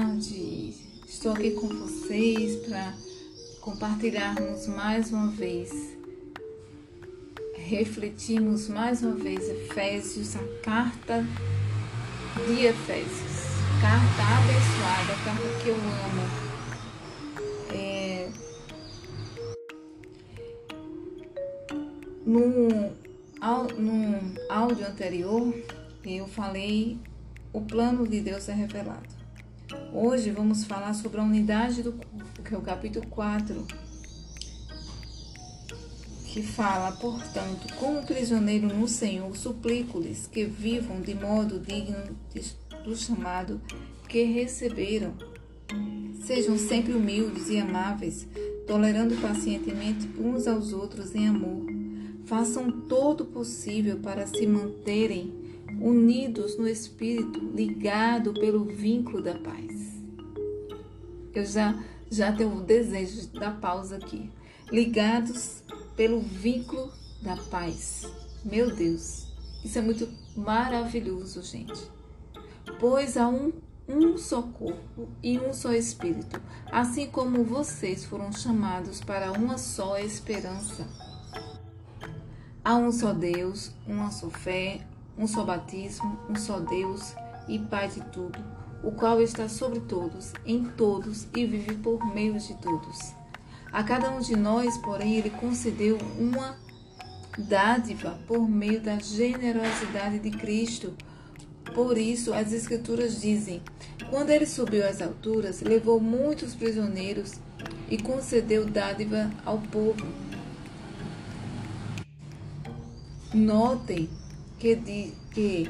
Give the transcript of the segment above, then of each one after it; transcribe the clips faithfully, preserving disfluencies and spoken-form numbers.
tarde. Estou aqui com vocês para compartilharmos mais uma vez, refletirmos mais uma vez Efésios, a carta de Efésios, carta abençoada, a carta que eu amo. É... No, no áudio anterior, eu falei o plano de Deus é revelado. Hoje vamos falar sobre a unidade do corpo, que é o capítulo quatro, que fala, portanto, como prisioneiro no Senhor, suplico-lhes que vivam de modo digno do chamado que receberam. Sejam sempre humildes e amáveis, tolerando pacientemente uns aos outros em amor. Façam todo o possível para se manterem unidos no Espírito, ligados pelo vínculo da paz. Eu já, já tenho o desejo da pausa aqui. Ligados pelo vínculo da paz. Meu Deus, isso é muito maravilhoso, gente. Pois há um, um só corpo e um só Espírito, assim como vocês foram chamados para uma só esperança. Há um só Deus, uma só fé, um só batismo, um só Deus e Pai de tudo, o qual está sobre todos, em todos e vive por meio de todos. A cada um de nós, porém, Ele concedeu uma dádiva por meio da generosidade de Cristo. Por isso, as Escrituras dizem, quando Ele subiu às alturas, levou muitos prisioneiros e concedeu dádiva ao povo. Notem que, di, que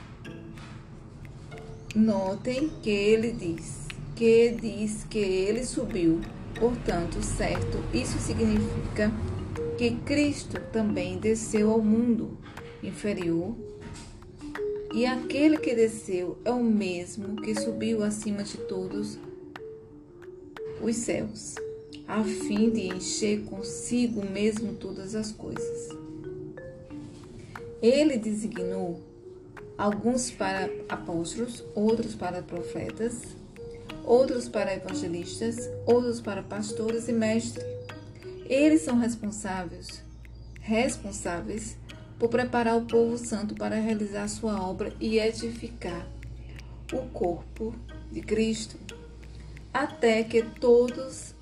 notem que ele diz que diz que ele subiu, portanto, certo, isso significa que Cristo também desceu ao mundo inferior, e aquele que desceu é o mesmo que subiu acima de todos os céus, a fim de encher consigo mesmo todas as coisas. Ele designou alguns para apóstolos, outros para profetas, outros para evangelistas, outros para pastores e mestres. Eles são responsáveis, responsáveis por preparar o povo santo para realizar sua obra e edificar o corpo de Cristo, até que todos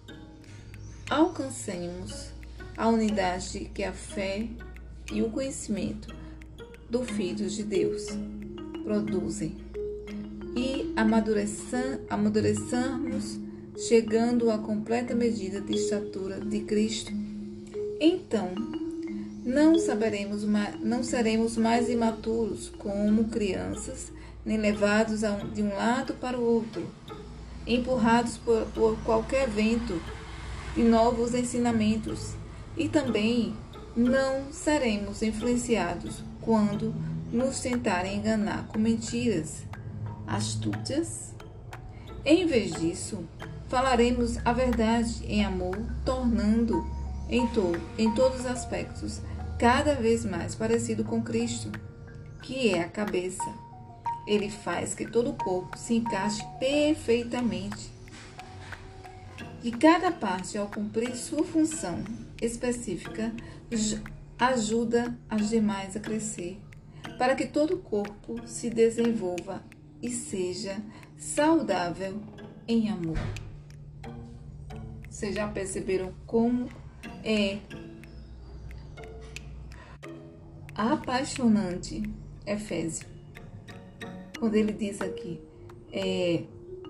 alcancemos a unidade que a fé e o conhecimento do Filho de Deus produzem, e amadureçamos, chegando à completa medida de estatura de Cristo. Então, não saberemos mais, não seremos mais imaturos como crianças, nem levados de um lado para o outro, empurrados por, por qualquer vento de novos ensinamentos, e também não seremos influenciados quando nos tentarem enganar com mentiras astúcias. Em vez disso, falaremos a verdade em amor, tornando em, to em todos os aspectos cada vez mais parecido com Cristo, que é a cabeça. Ele faz que todo o corpo se encaixe perfeitamente, e cada parte, ao cumprir sua função específica, ajuda as demais a crescer, para que todo o corpo se desenvolva e seja saudável em amor. Vocês já perceberam como é apaixonante Efésio, quando ele diz aqui, é,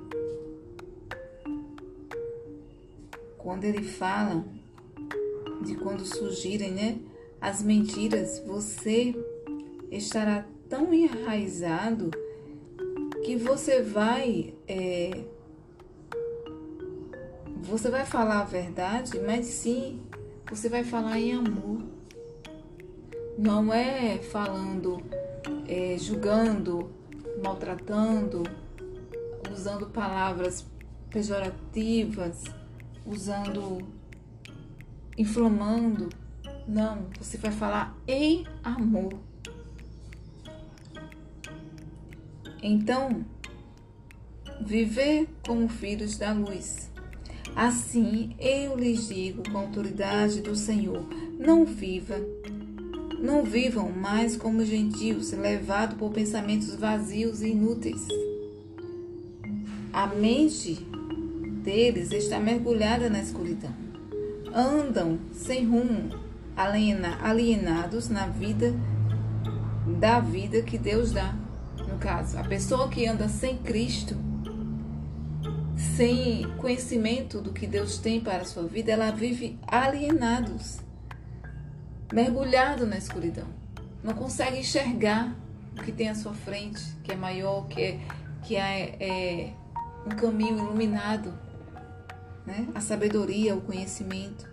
quando ele fala de quando surgirem, né, as mentiras, você estará tão enraizado que você vai é, você vai falar a verdade, mas sim, você vai falar em amor. Não é falando, é, julgando, maltratando, usando palavras pejorativas, usando, inflamando. Não, você vai falar em amor. Então, viver como filhos da luz. Assim, eu lhes digo com a autoridade do Senhor, não viva, não vivam mais como gentios, levados por pensamentos vazios e inúteis. A mente deles está mergulhada na escuridão. Andam sem rumo, alienados na vida, da vida que Deus dá. No caso, a pessoa que anda sem Cristo, sem conhecimento do que Deus tem para a sua vida, ela vive alienados, mergulhado na escuridão. Não consegue enxergar o que tem à sua frente, que é maior, que é, que é, é um caminho iluminado, né? A sabedoria, o conhecimento.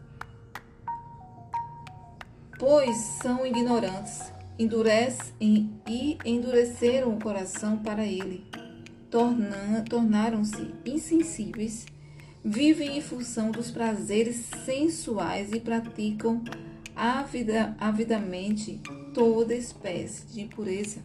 Pois são ignorantes, endurecem e endureceram o coração para ele. Tornaram-se insensíveis, vivem em função dos prazeres sensuais e praticam avida, avidamente toda espécie de impureza.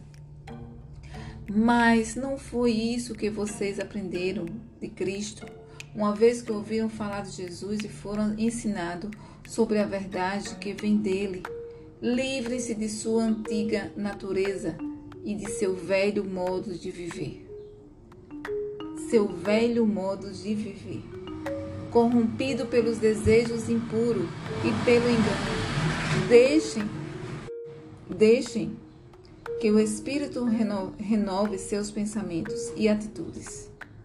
Mas não foi isso que vocês aprenderam de Cristo, uma vez que ouviram falar de Jesus e foram ensinados sobre a verdade que vem dele. Livrem-se de sua antiga natureza e de seu velho modo de viver. Seu velho modo de viver, corrompido pelos desejos impuros e pelo engano. Deixem, deixem que o Espírito reno, renove seus pensamentos e atitudes.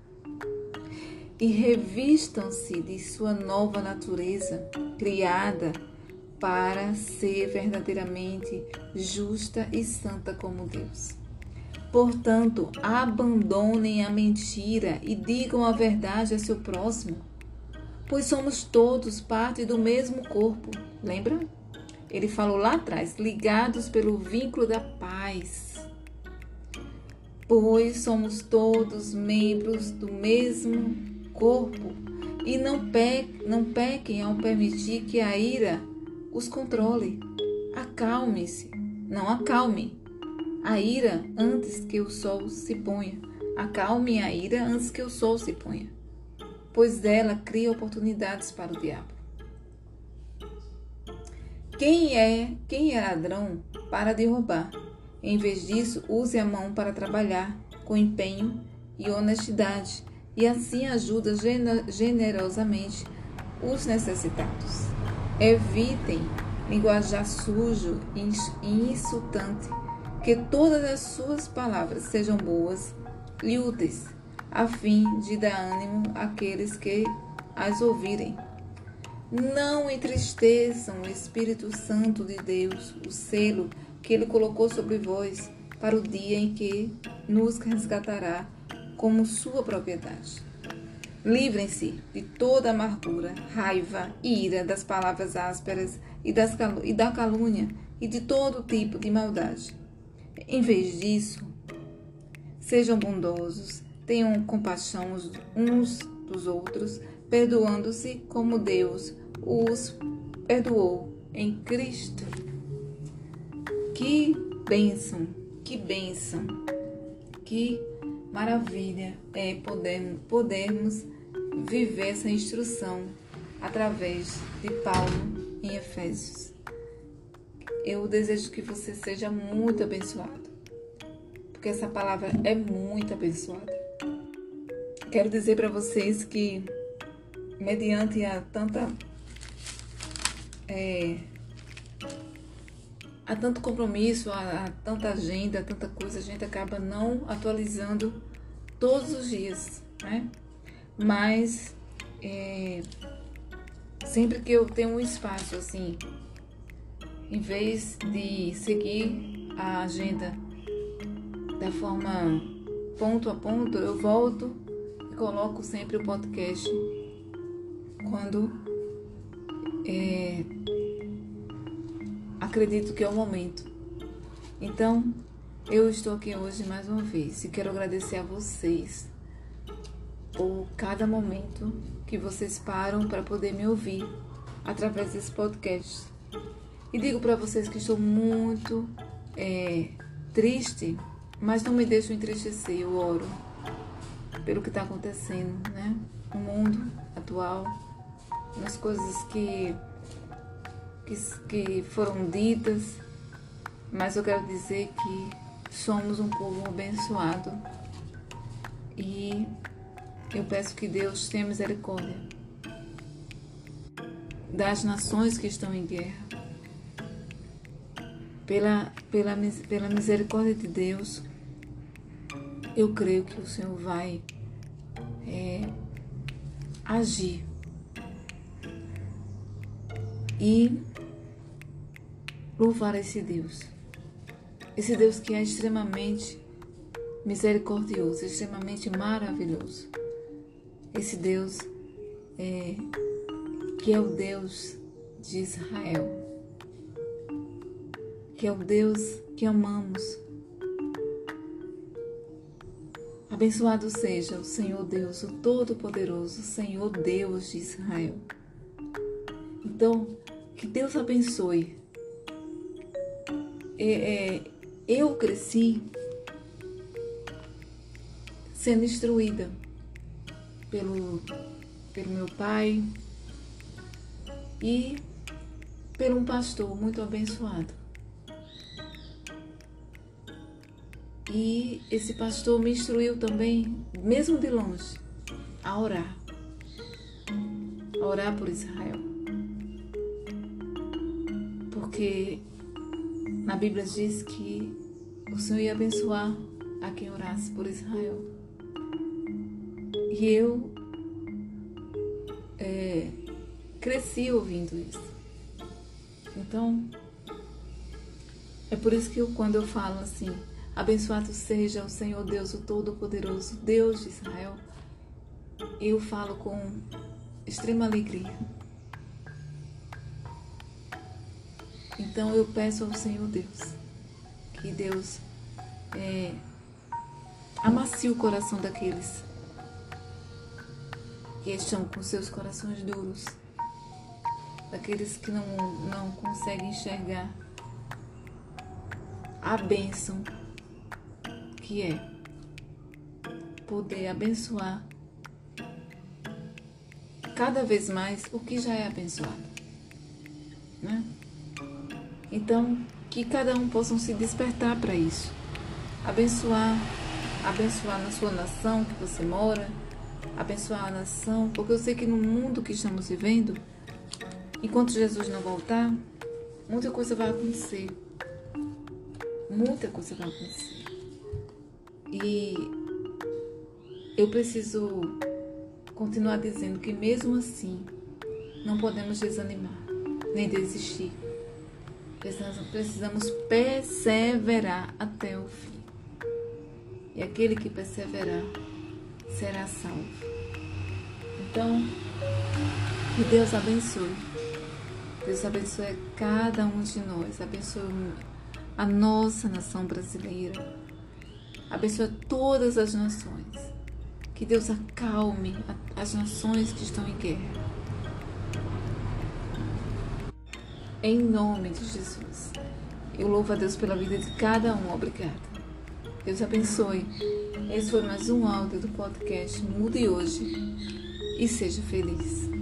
E revistam-se de sua nova natureza, criada para ser verdadeiramente justa e santa como Deus. Portanto, abandonem a mentira e digam a verdade a seu próximo, pois somos todos parte do mesmo corpo. Lembra? Ele falou lá atrás, ligados pelo vínculo da paz. Pois somos todos membros do mesmo corpo e não, pe- não pequem ao permitir que a ira os controle. Acalme-se, não acalme a ira antes que o sol se ponha. Acalme a ira antes que o sol se ponha, pois ela cria oportunidades para o diabo. Quem é, quem é ladrão para de roubar? Em vez disso, use a mão para trabalhar com empenho e honestidade, e assim ajuda generosamente os necessitados. Evitem linguajar sujo e insultante, que todas as suas palavras sejam boas e úteis, a fim de dar ânimo àqueles que as ouvirem. Não entristeçam o Espírito Santo de Deus, o selo que Ele colocou sobre vós, para o dia em que nos resgatará como sua propriedade. Livrem-se de toda amargura, raiva e ira, das palavras ásperas e, das cal- e da calúnia e de todo tipo de maldade. Em vez disso, sejam bondosos, tenham compaixão uns dos outros, perdoando-se como Deus os perdoou em Cristo. Que bênção, que bênção, que maravilha é podermos, podermos viver essa instrução através de Paulo em Efésios. Eu desejo que você seja muito abençoado, porque essa palavra é muito abençoada. Quero dizer para vocês que, mediante a tanta é, a tanto compromisso, a, a tanta agenda, a tanta coisa, a gente acaba não atualizando todos os dias, né? Mas é, sempre que eu tenho um espaço assim, em vez de seguir a agenda da forma ponto a ponto, eu volto e coloco sempre o podcast quando é, acredito que é o momento. Então, eu estou aqui hoje mais uma vez e quero agradecer a vocês por cada momento que vocês param para poder me ouvir através desse podcast. E digo para vocês que estou muito é, triste, mas não me deixo entristecer. Eu oro pelo que está acontecendo, né? No mundo atual, nas coisas que, que, que foram ditas, mas eu quero dizer que somos um povo abençoado e eu peço que Deus tenha misericórdia das nações que estão em guerra. Pela, pela, pela misericórdia de Deus, eu creio que o Senhor vai é, agir e louvar esse Deus. Esse Deus que é extremamente misericordioso, extremamente maravilhoso. Esse Deus é, que é o Deus de Israel, que é o Deus que amamos. Abençoado seja o Senhor Deus, o Todo-Poderoso, Senhor Deus de Israel. Então, que Deus abençoe. É, é, eu cresci sendo instruída pelo, pelo meu pai e por um pastor muito abençoado. E esse pastor me instruiu também, mesmo de longe, a orar. A orar por Israel. Porque na Bíblia diz que o Senhor ia abençoar a quem orasse por Israel. E eu é, cresci ouvindo isso. Então, é por isso que eu, quando eu falo assim, abençoado seja o Senhor Deus, o Todo-Poderoso, Deus de Israel, eu falo com extrema alegria. Então eu peço ao Senhor Deus, que Deus é, amacie o coração daqueles que estão com seus corações duros, daqueles que não, não conseguem enxergar a bênção que é poder abençoar cada vez mais o que já é abençoado, né? Então, que cada um possa se despertar para isso, abençoar, abençoar na sua nação que você mora, abençoar a nação, porque eu sei que no mundo que estamos vivendo, enquanto Jesus não voltar, muita coisa vai acontecer, muita coisa vai acontecer. E eu preciso continuar dizendo que mesmo assim não podemos desanimar, nem desistir. Precisamos, precisamos perseverar até o fim. E aquele que perseverar será salvo. Então, que Deus abençoe. Deus abençoe cada um de nós. Abençoe a nossa nação brasileira. Abençoe todas as nações. Que Deus acalme as nações que estão em guerra. Em nome de Jesus. Eu louvo a Deus pela vida de cada um. Obrigada. Deus abençoe. Esse foi mais um áudio do podcast Mude Hoje e seja feliz.